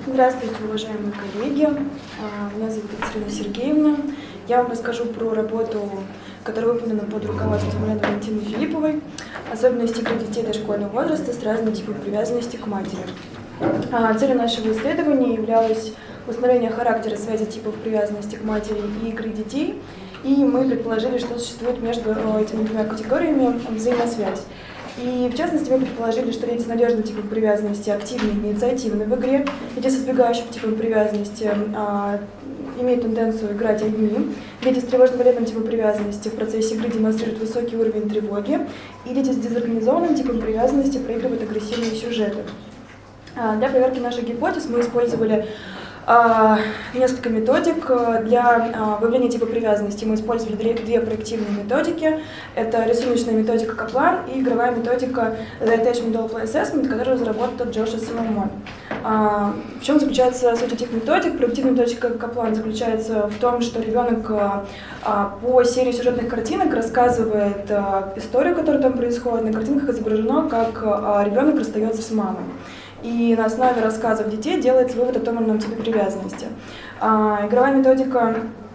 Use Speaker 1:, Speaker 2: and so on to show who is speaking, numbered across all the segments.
Speaker 1: Здравствуйте, уважаемые коллеги. Меня зовут Екатерина Сергеевна. Я вам расскажу про работу, которая выполнена под руководством Елены Валентины Филипповой, особенности игры детей дошкольного возраста с разными типами привязанности к матери. Целью нашего исследования являлось установление характера связи типов привязанности к матери и игры детей, и мы предположили, что существует между этими двумя категориями взаимосвязь. И в частности мы предположили, что дети с надежным типом привязанности активны и инициативны в игре, дети с избегающим типом привязанности имеют тенденцию играть одни, дети с тревожно-валентным типом привязанности в процессе игры демонстрируют высокий уровень тревоги, и дети с дезорганизованным типом привязанности проигрывают агрессивные сюжеты. Для проверки наших гипотез мы использовали несколько методик для выявления типа привязанности. Мы использовали две проективные методики. Это рисуночная методика Kaplan и игровая методика The Attachment Role Play Assessment, которую разработал Джоша Соломон. В чем заключается суть этих методик? Проективная методика Kaplan заключается в том, что ребенок по серии сюжетных картинок рассказывает историю, которая там происходит. На картинках изображено, как ребенок расстается с мамой. И на основе рассказов детей делается вывод о том или ином типе привязанности. Игровая методика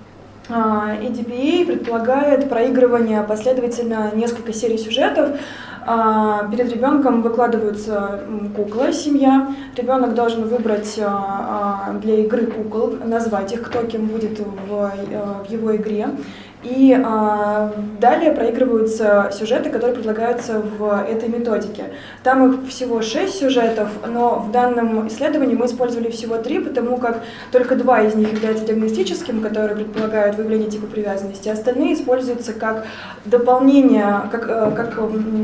Speaker 1: EDPA предполагает проигрывание последовательно несколько серий сюжетов. Перед ребенком выкладываются куклы, семья. Ребенок должен выбрать для игры кукол, назвать их, кто кем будет в его игре. И далее проигрываются сюжеты, которые предлагаются в этой методике. Там их всего 6 сюжетов, но в данном исследовании мы использовали всего 3, потому как только 2 из них являются диагностическим, которые предполагают выявление типа привязанности, остальные используются как дополнение, как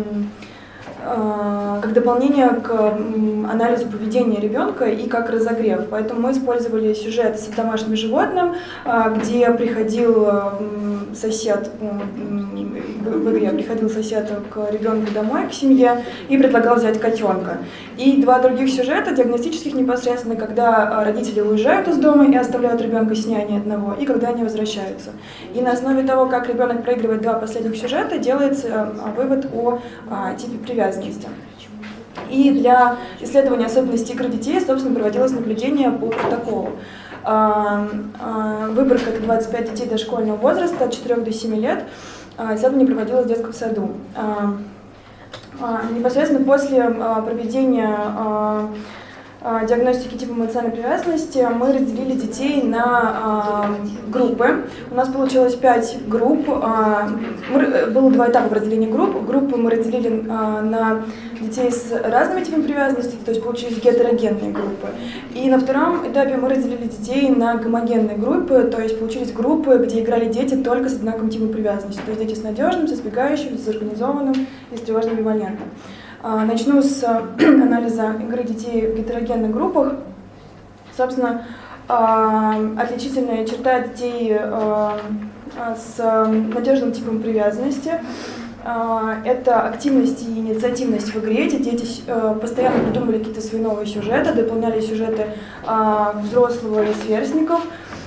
Speaker 1: дополнение к анализу поведения ребенка и как разогрев. Поэтому мы использовали сюжет с домашним животным, где приходил сосед, в игре приходил сосед к ребенку домой, к семье, и предлагал взять котенка. И 2 других сюжета, диагностических непосредственно, когда родители уезжают из дома и оставляют ребенка с няней одного, и когда они возвращаются. И на основе того, как ребенок проигрывает 2 последних сюжета, делается вывод о типе привязанности. И для исследования особенностей игры детей, собственно, проводилось наблюдение по протоколу. Выборка — это 25 детей дошкольного возраста от 4 до 7 лет. Исследование проводилось в детском саду. Непосредственно после проведения диагностики типа эмоциональной привязанности мы разделили детей на группы. У нас получилось 5 групп. Было 2 этапа в разделении групп. Группы мы разделили на детей с разными типами привязанности, то есть получились гетерогенные группы. И на втором этапе мы разделили детей на гомогенные группы, то есть получились группы, где играли дети только с одинаковым типом привязанности, то есть дети с надежным, с избегающим, с дезорганизованным и с тревожно-амбивалентным. Начну с анализа игры детей в гетерогенных группах. Собственно, отличительная черта детей с надежным типом привязанности — это активность и инициативность в игре. Эти дети постоянно придумывали какие-то свои новые сюжеты, дополняли сюжеты взрослого и сверстников.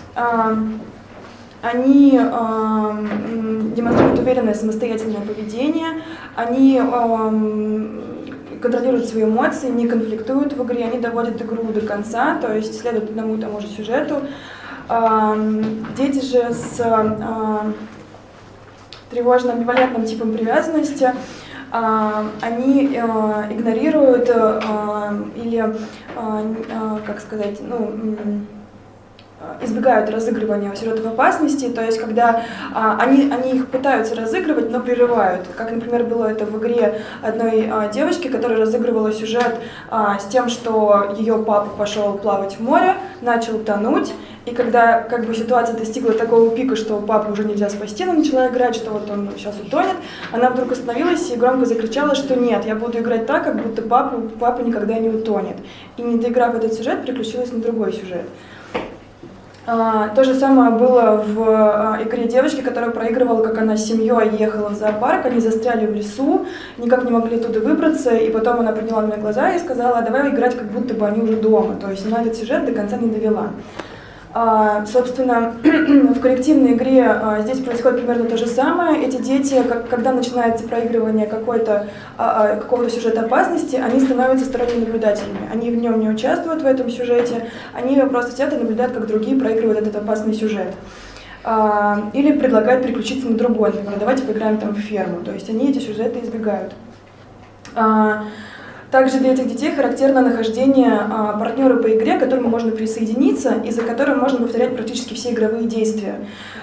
Speaker 1: Они демонстрируют уверенное самостоятельное поведение, они контролируют свои эмоции, не конфликтуют в игре, они доводят игру до конца, то есть следуют одному и тому же сюжету. Дети же с тревожно-амбивалентным типом привязанности, они игнорируют или, как сказать, избегают разыгрывания сюжетов опасности, то есть когда они их пытаются разыгрывать, но прерывают. Как, например, было это в игре одной девочки, которая разыгрывала сюжет с тем, что ее папа пошел плавать в море, начал тонуть, и когда ситуация достигла такого пика, что папу уже нельзя спасти, она начала играть, что вот он сейчас утонет, она вдруг остановилась и громко закричала, что нет, я буду играть так, как будто папа никогда не утонет. И не доиграв этот сюжет, переключилась на другой сюжет. То же самое было в игре девочки, которая проигрывала, как она с семьей ехала в зоопарк, они застряли в лесу, никак не могли оттуда выбраться, и потом она подняла на меня глаза и сказала: давай играть, как будто бы они уже дома. То есть она этот сюжет до конца не довела. Собственно, в коллективной игре здесь происходит примерно то же самое. Эти дети, когда начинается проигрывание какого-то сюжета опасности, они становятся сторонними наблюдателями. Они в нем не участвуют в этом сюжете, они просто сидят и наблюдают, как другие проигрывают этот опасный сюжет. Или предлагают переключиться на другой, например, давайте поиграем там в ферму. То есть они эти сюжеты избегают. Также для этих детей характерно нахождение партнера по игре, к которому можно присоединиться и за которым можно повторять практически все игровые действия.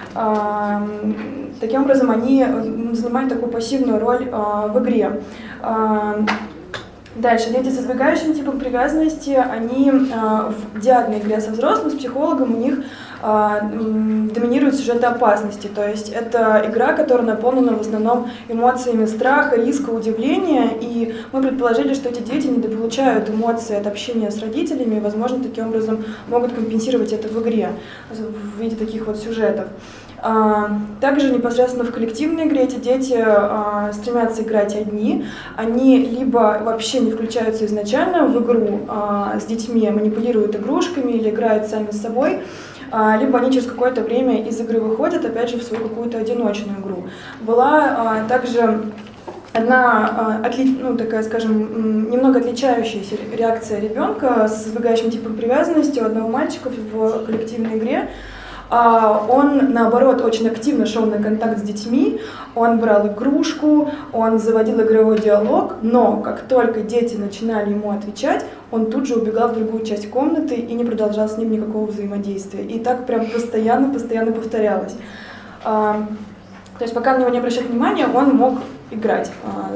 Speaker 1: Таким образом, они занимают такую пассивную роль в игре. Дальше, дети с избегающим типом привязанности, они в диадной игре со взрослым, с психологом, у них доминирует сюжет опасности. То есть это игра, которая наполнена в основном эмоциями страха, риска, удивления. И мы предположили, что эти дети недополучают эмоции от общения с родителями и, возможно, таким образом могут компенсировать это в игре в виде таких вот сюжетов. Также непосредственно в коллективной игре эти дети стремятся играть одни. Они либо вообще не включаются изначально в игру с детьми, манипулируют игрушками или играют сами с собой, либо они через какое-то время из игры выходят, опять же, в свою какую-то одиночную игру. Была также одна, такая, скажем, немного отличающаяся реакция ребенка с избегающим типом привязанности у одного мальчика в коллективной игре. Он, наоборот, очень активно шел на контакт с детьми, он брал игрушку, он заводил игровой диалог, но как только дети начинали ему отвечать, он тут же убегал в другую часть комнаты и не продолжал с ним никакого взаимодействия. И так прям постоянно повторялось. То есть пока на него не обращать внимания, он мог играть,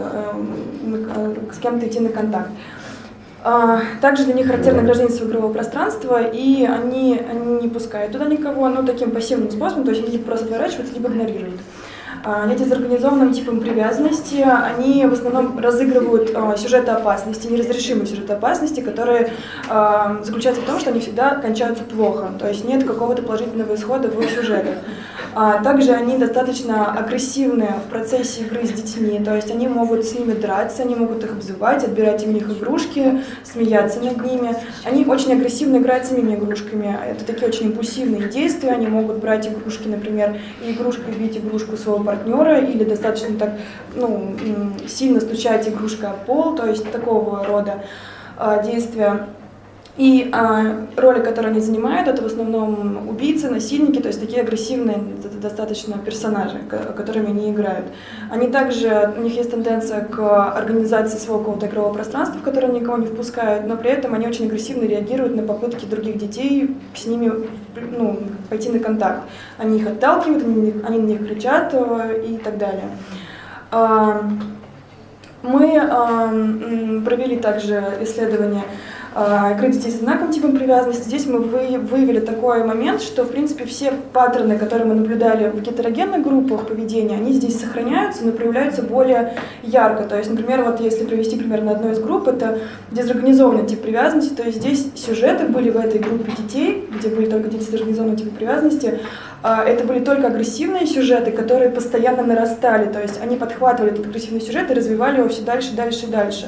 Speaker 1: с кем-то идти на контакт. Также для них характерно ограждение игрового пространства, и они не пускают туда никого, таким пассивным способом, то есть они либо просто отворачиваются, либо игнорируют. Дети с организованным типом привязанности, они в основном разыгрывают сюжеты опасности, неразрешимые сюжеты опасности, которые заключаются в том, что они всегда кончаются плохо, то есть нет какого-то положительного исхода в их сюжетах. Также они достаточно агрессивны в процессе игры с детьми, то есть они могут с ними драться, они могут их обзывать, отбирать у них игрушки, смеяться над ними. Они очень агрессивно играют с самими игрушками, это такие очень импульсивные действия, они могут брать игрушки, например, и игрушкой бить игрушку своего партнера, или достаточно так, сильно стучать игрушкой о пол, то есть такого рода действия. И роли, которые они занимают, это в основном убийцы, насильники, то есть такие агрессивные достаточно персонажи, которыми они играют. Они также, у них есть тенденция к организации своего какого-то игрового пространства, в которое никого не впускают, но при этом они очень агрессивно реагируют на попытки других детей с ними пойти на контакт. Они их отталкивают, они на них кричат и так далее. Мы провели также исследование игры детей с одинаковым типом привязанности. Здесь мы выявили такой момент, что, в принципе, все паттерны, которые мы наблюдали в гетерогенных группах поведения, они здесь сохраняются, но проявляются более ярко. То есть, например, вот если привести пример на одной из групп, это дезорганизованный тип привязанности, то есть здесь сюжеты были в этой группе детей, где были только дети с дезорганизованным типом привязанности, это были только агрессивные сюжеты, которые постоянно нарастали, то есть они подхватывали этот агрессивный сюжет и развивали его все дальше, дальше и дальше.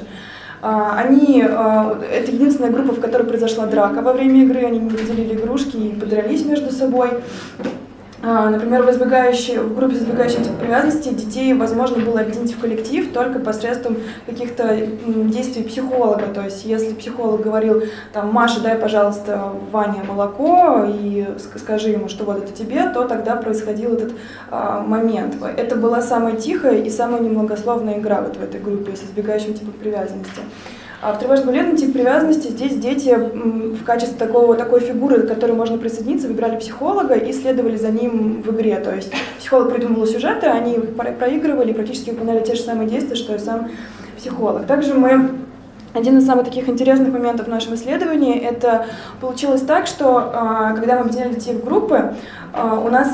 Speaker 1: Это единственная группа, в которой произошла драка во время игры, они не разделили игрушки и подрались между собой. Например, в группе с избегающим типом привязанности детей возможно было объединить в коллектив только посредством каких-то действий психолога. То есть, если психолог говорил, Маша, дай, пожалуйста, Ване молоко и скажи ему, что вот это тебе, то тогда происходил этот момент. Это была самая тихая и самая немногословная игра в этой группе с избегающим типом привязанности. А в тревожно-булетный тип привязанности здесь дети в качестве такой фигуры, к которой можно присоединиться, выбирали психолога и следовали за ним в игре. То есть психолог придумывал сюжеты, они их проигрывали и практически выполняли те же самые действия, что и сам психолог. Также один из самых таких интересных моментов в нашем исследовании, это получилось так, что когда мы объединяли детей в группы, у нас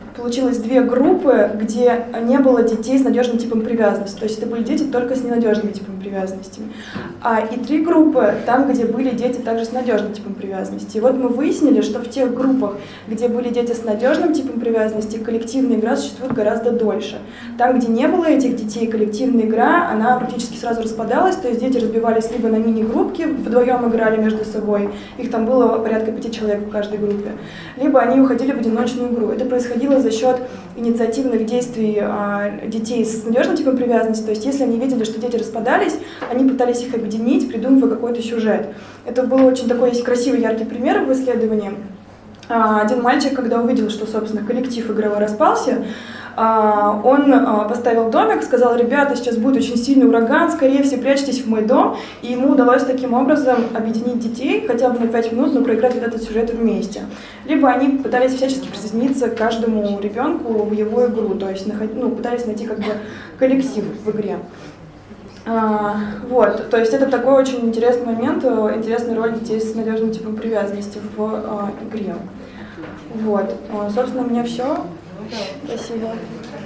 Speaker 1: получилось две группы, где не было детей с надежным типом привязанности. То есть это были дети только с ненадежными типами привязанности. И три группы там, где были дети также с надежным типом привязанности. И вот мы выяснили, что в тех группах, где были дети с надежным типом привязанности, коллективная игра существует гораздо дольше. Там, где не было этих детей, коллективная игра, она практически сразу распадалась, то есть дети разбивались либо на мини-группки, вдвоем играли между собой, их там было порядка 5 человек в каждой группе, либо они уходили в одиночную игру. Это происходило за счет инициативных действий детей с надежным типом привязанности, то есть если они видели, что дети распадались, они пытались их объединить, придумывая какой-то сюжет. Это был очень такой есть красивый, яркий пример в исследовании. Один мальчик, когда увидел, что, собственно, коллектив игровой распался, он поставил домик, сказал: ребята, сейчас будет очень сильный ураган, скорее все прячьтесь в мой дом. И ему удалось таким образом объединить детей хотя бы на 5 минут, но проиграть вот этот сюжет вместе. Либо они пытались всячески присоединиться к каждому ребенку в его игру, то есть пытались найти как бы коллектив в игре. Вот, то есть это такой очень интересный момент, интересная роль детей с надежным типом привязанности в игре. Вот, собственно, у меня все. Спасибо.